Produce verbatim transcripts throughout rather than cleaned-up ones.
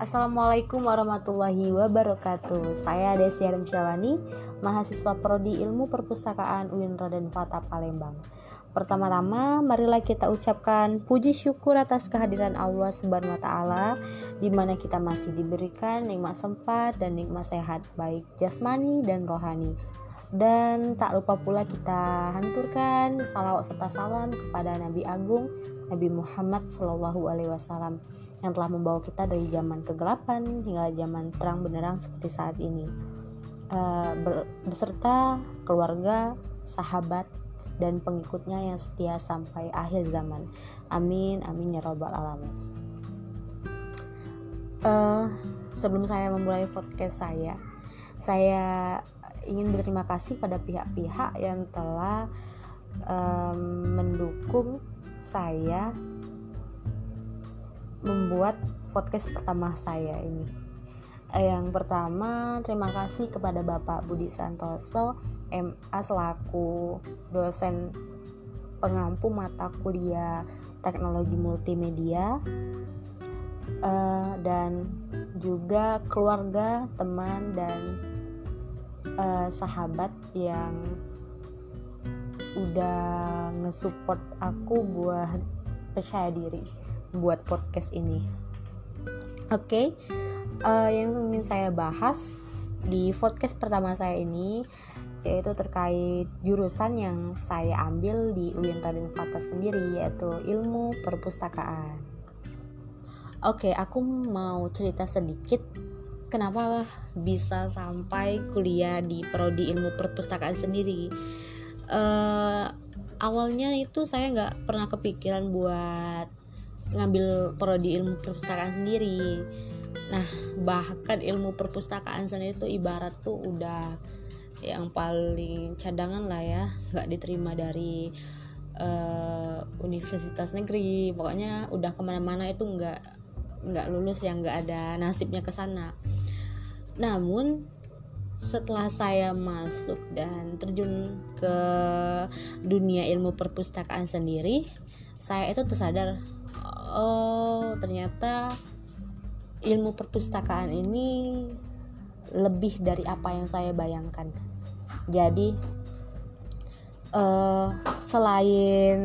Assalamualaikum warahmatullahi wabarakatuh. Saya Desi Syawani, mahasiswa Prodi Ilmu Perpustakaan U I N Raden Fatah Palembang. Pertama-tama, marilah kita ucapkan puji syukur atas kehadiran Allah Subhanahu wa taala di mana kita masih diberikan nikmat sempat dan nikmat sehat baik jasmani dan rohani. Dan tak lupa pula kita hanturkan salawat serta salam kepada Nabi Agung Nabi Muhammad Shallallahu Alaihi Wasallam yang telah membawa kita dari zaman kegelapan hingga zaman terang benderang seperti saat ini, uh, beserta keluarga, sahabat, dan pengikutnya yang setia sampai akhir zaman. Amin, amin ya robbal alamin. Uh, sebelum saya memulai podcast saya, saya ingin berterima kasih pada pihak-pihak yang telah um, mendukung saya membuat podcast pertama saya ini. Yang pertama, terima kasih kepada Bapak Budi Santoso M A selaku dosen pengampu mata kuliah teknologi multimedia, uh, dan juga keluarga, teman, dan Uh, sahabat yang udah nge-support aku buat percaya diri buat podcast ini. Oke, okay. uh, yang ingin saya bahas di podcast pertama saya ini yaitu terkait jurusan yang saya ambil di U I N Raden Fatah sendiri, yaitu ilmu perpustakaan. Oke, okay, aku mau cerita sedikit kenapa bisa sampai kuliah di Prodi Ilmu Perpustakaan sendiri. Uh, awalnya itu saya nggak pernah kepikiran buat ngambil Prodi Ilmu Perpustakaan sendiri. Nah, bahkan ilmu perpustakaan sendiri itu ibarat tuh udah yang paling cadangan lah ya, nggak diterima dari uh, universitas negeri. Pokoknya udah kemana-mana itu nggak nggak lulus, yang nggak ada nasibnya ke sana. Namun setelah saya masuk dan terjun ke dunia ilmu perpustakaan sendiri, saya itu tersadar, oh ternyata ilmu perpustakaan ini lebih dari apa yang saya bayangkan. Jadi uh, selain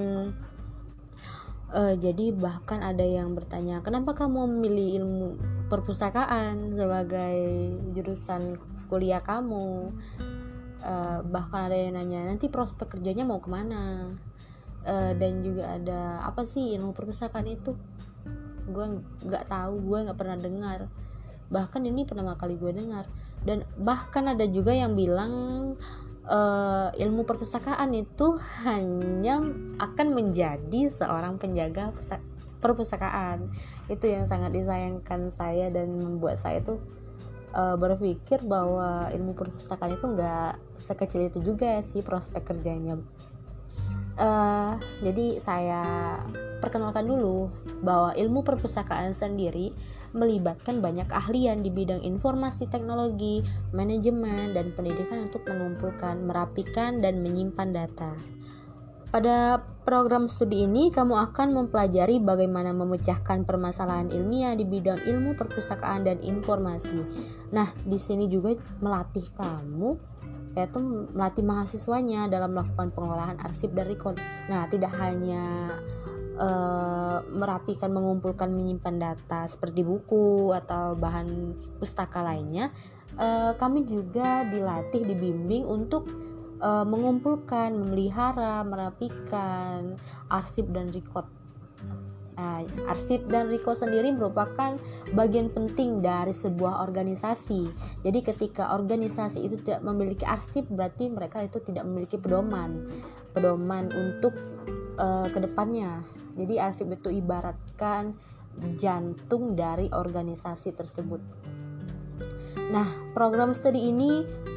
uh, jadi bahkan ada yang bertanya, kenapa kamu memilih ilmu perpustakaan sebagai jurusan kuliah kamu? Uh, bahkan ada yang nanya, nanti prospek kerjanya mau kemana? Uh, dan juga ada, apa sih ilmu perpustakaan itu? Gue nggak tahu, gue nggak pernah dengar. Bahkan ini pertama kali gue dengar. Dan bahkan ada juga yang bilang uh, ilmu perpustakaan itu hanya akan menjadi seorang penjaga perpustakaan. Itu yang sangat disayangkan saya dan membuat saya tuh uh, berpikir bahwa ilmu perpustakaan itu nggak sekecil itu juga sih prospek kerjanya. Uh, jadi saya perkenalkan dulu bahwa ilmu perpustakaan sendiri melibatkan banyak keahlian di bidang informasi teknologi, manajemen, dan pendidikan untuk mengumpulkan, merapikan, dan menyimpan data. Pada program studi ini, kamu akan mempelajari bagaimana memecahkan permasalahan ilmiah di bidang ilmu perpustakaan dan informasi. Nah, di sini juga melatih kamu, yaitu melatih mahasiswanya dalam melakukan pengolahan arsip dan rekod. Nah, tidak hanya uh, merapikan, mengumpulkan, menyimpan data seperti buku atau bahan pustaka lainnya, uh, kami juga dilatih, dibimbing untuk Uh, mengumpulkan, memelihara, merapikan arsip dan rekod. Nah, arsip dan rekod sendiri merupakan bagian penting dari sebuah organisasi. Jadi ketika organisasi itu tidak memiliki arsip, berarti mereka itu tidak memiliki pedoman, pedoman untuk uh, kedepannya. Jadi arsip itu ibaratkan jantung dari organisasi tersebut. Nah, program studi ini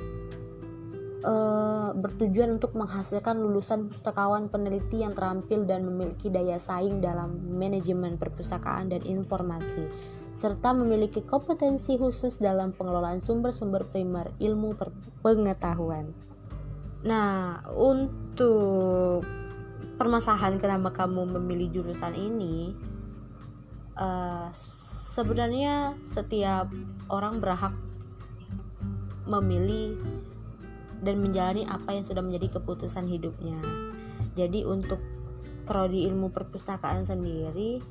Uh, bertujuan untuk menghasilkan lulusan pustakawan peneliti yang terampil dan memiliki daya saing dalam manajemen perpustakaan dan informasi, serta memiliki kompetensi khusus dalam pengelolaan sumber-sumber primer ilmu pengetahuan. Nah, untuk permasalahan kenapa kamu memilih jurusan ini, uh, sebenarnya setiap orang berhak memilih dan menjalani apa yang sudah menjadi keputusan hidupnya. Jadi untuk prodi ilmu perpustakaan sendiri,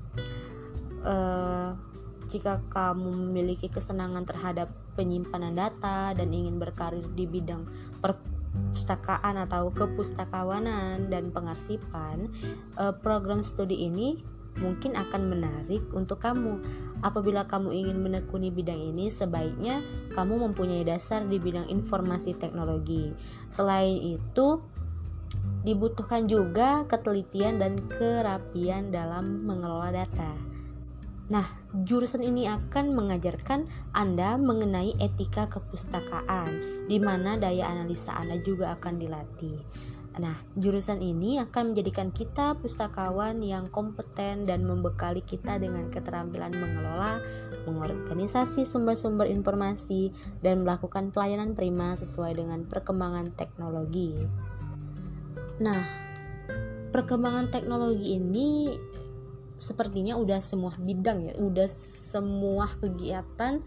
eh, jika kamu memiliki kesenangan terhadap penyimpanan data dan ingin berkarir di bidang perpustakaan atau kepustakawanan dan pengarsipan, eh, program studi ini mungkin akan menarik untuk kamu. Apabila kamu ingin menekuni bidang ini, sebaiknya kamu mempunyai dasar di bidang informasi teknologi. Selain itu, dibutuhkan juga ketelitian dan kerapian dalam mengelola data. Nah, jurusan ini akan mengajarkan Anda mengenai etika kepustakaan, di mana daya analisa Anda juga akan dilatih. Nah, jurusan ini akan menjadikan kita pustakawan yang kompeten dan membekali kita dengan keterampilan mengelola, mengorganisasi sumber-sumber informasi, dan melakukan pelayanan prima sesuai dengan perkembangan teknologi. Nah, perkembangan teknologi ini sepertinya udah semua bidang ya, udah semua kegiatan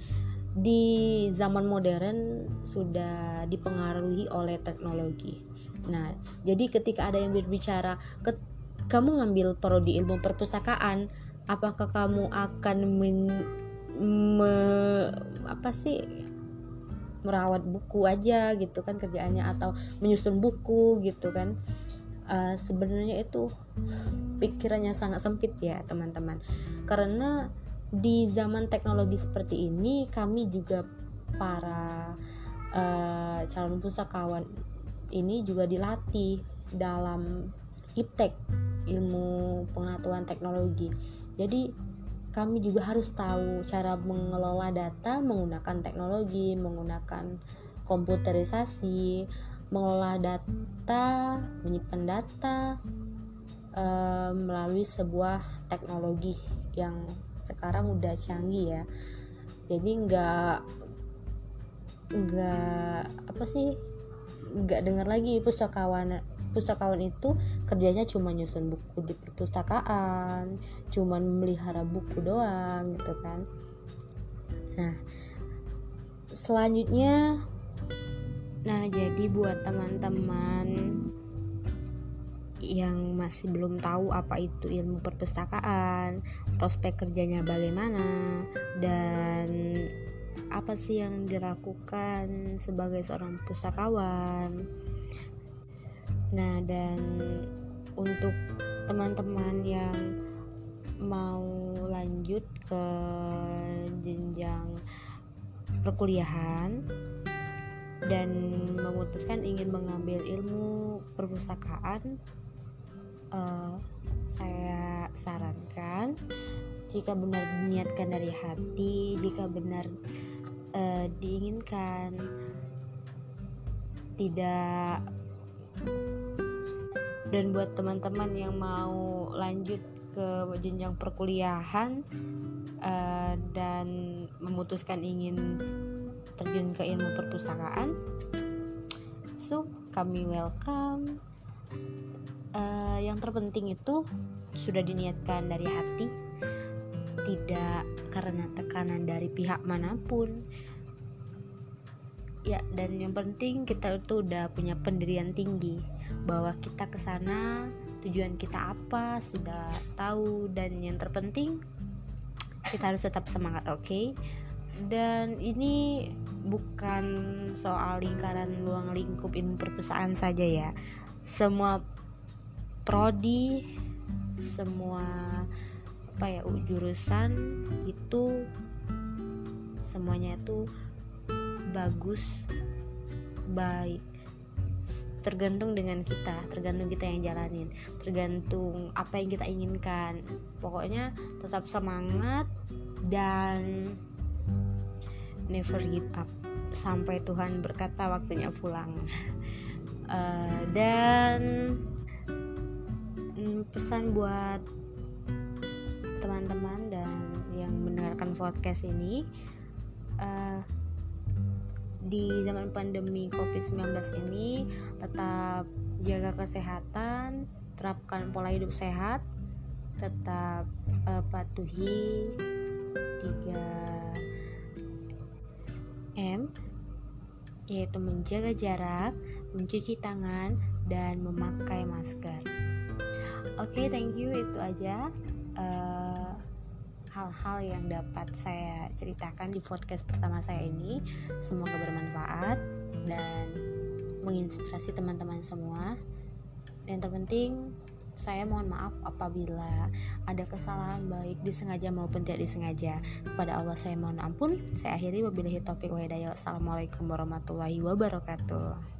di zaman modern sudah dipengaruhi oleh teknologi. Nah, jadi ketika ada yang berbicara, kamu ngambil prodi ilmu perpustakaan, apakah kamu akan men, me, apa sih merawat buku aja gitu kan kerjaannya, atau menyusun buku gitu kan? Uh, sebenarnya itu pikirannya sangat sempit ya teman-teman, karena di zaman teknologi seperti ini kami juga para uh, calon pustakawan ini juga dilatih dalam iptek, ilmu pengetahuan teknologi. Jadi kami juga harus tahu cara mengelola data menggunakan teknologi, menggunakan komputerisasi, mengelola data, menyimpan data e, melalui sebuah teknologi yang sekarang udah canggih ya. Jadi nggak nggak apa sih nggak dengar lagi pustakawan pustakawan itu kerjanya cuma nyusun buku di perpustakaan, cuma memelihara buku doang gitu kan. Nah, selanjutnya, nah jadi buat teman-teman yang masih belum tahu apa itu ilmu perpustakaan, prospek kerjanya bagaimana, dan apa sih yang dilakukan sebagai seorang pustakawan. Nah, dan untuk teman-teman yang mau lanjut ke jenjang perkuliahan dan memutuskan ingin mengambil ilmu perpustakaan, uh, saya sarankan jika benar diniatkan dari hati, jika benar uh, diinginkan, tidak. Dan buat teman-teman yang mau lanjut ke jenjang perkuliahan uh, dan memutuskan ingin terjun ke ilmu perpustakaan, so kami welcome. Uh, yang terpenting itu sudah diniatkan dari hati, tidak karena tekanan dari pihak manapun ya. Dan yang penting kita itu udah punya pendirian tinggi bahwa kita kesana, tujuan kita apa sudah tahu, dan yang terpenting kita harus tetap semangat, oke? Okay? Dan ini bukan soal lingkaran luang lingkup ilmu perpustakaan saja ya, semua prodi, semua apa ya jurusan itu semuanya itu bagus, baik, tergantung dengan kita, tergantung kita yang jalanin, tergantung apa yang kita inginkan. Pokoknya tetap semangat dan never give up sampai Tuhan berkata waktunya pulang. uh, dan mm, pesan buat teman-teman dan yang mendengarkan podcast ini, uh, di zaman pandemi covid sembilan belas ini tetap jaga kesehatan, terapkan pola hidup sehat, tetap uh, patuhi tiga M, yaitu menjaga jarak, mencuci tangan, dan memakai masker. Oke, okay, thank you. Itu aja uh, hal-hal yang dapat saya ceritakan di podcast pertama saya ini. Semoga bermanfaat dan menginspirasi teman-teman semua. Dan terpenting, saya mohon maaf apabila ada kesalahan baik disengaja maupun tidak disengaja. Kepada Allah saya mohon ampun. Saya akhiri wabillahi taufiq wa hidayah. Wassalamualaikum warahmatullahi wabarakatuh.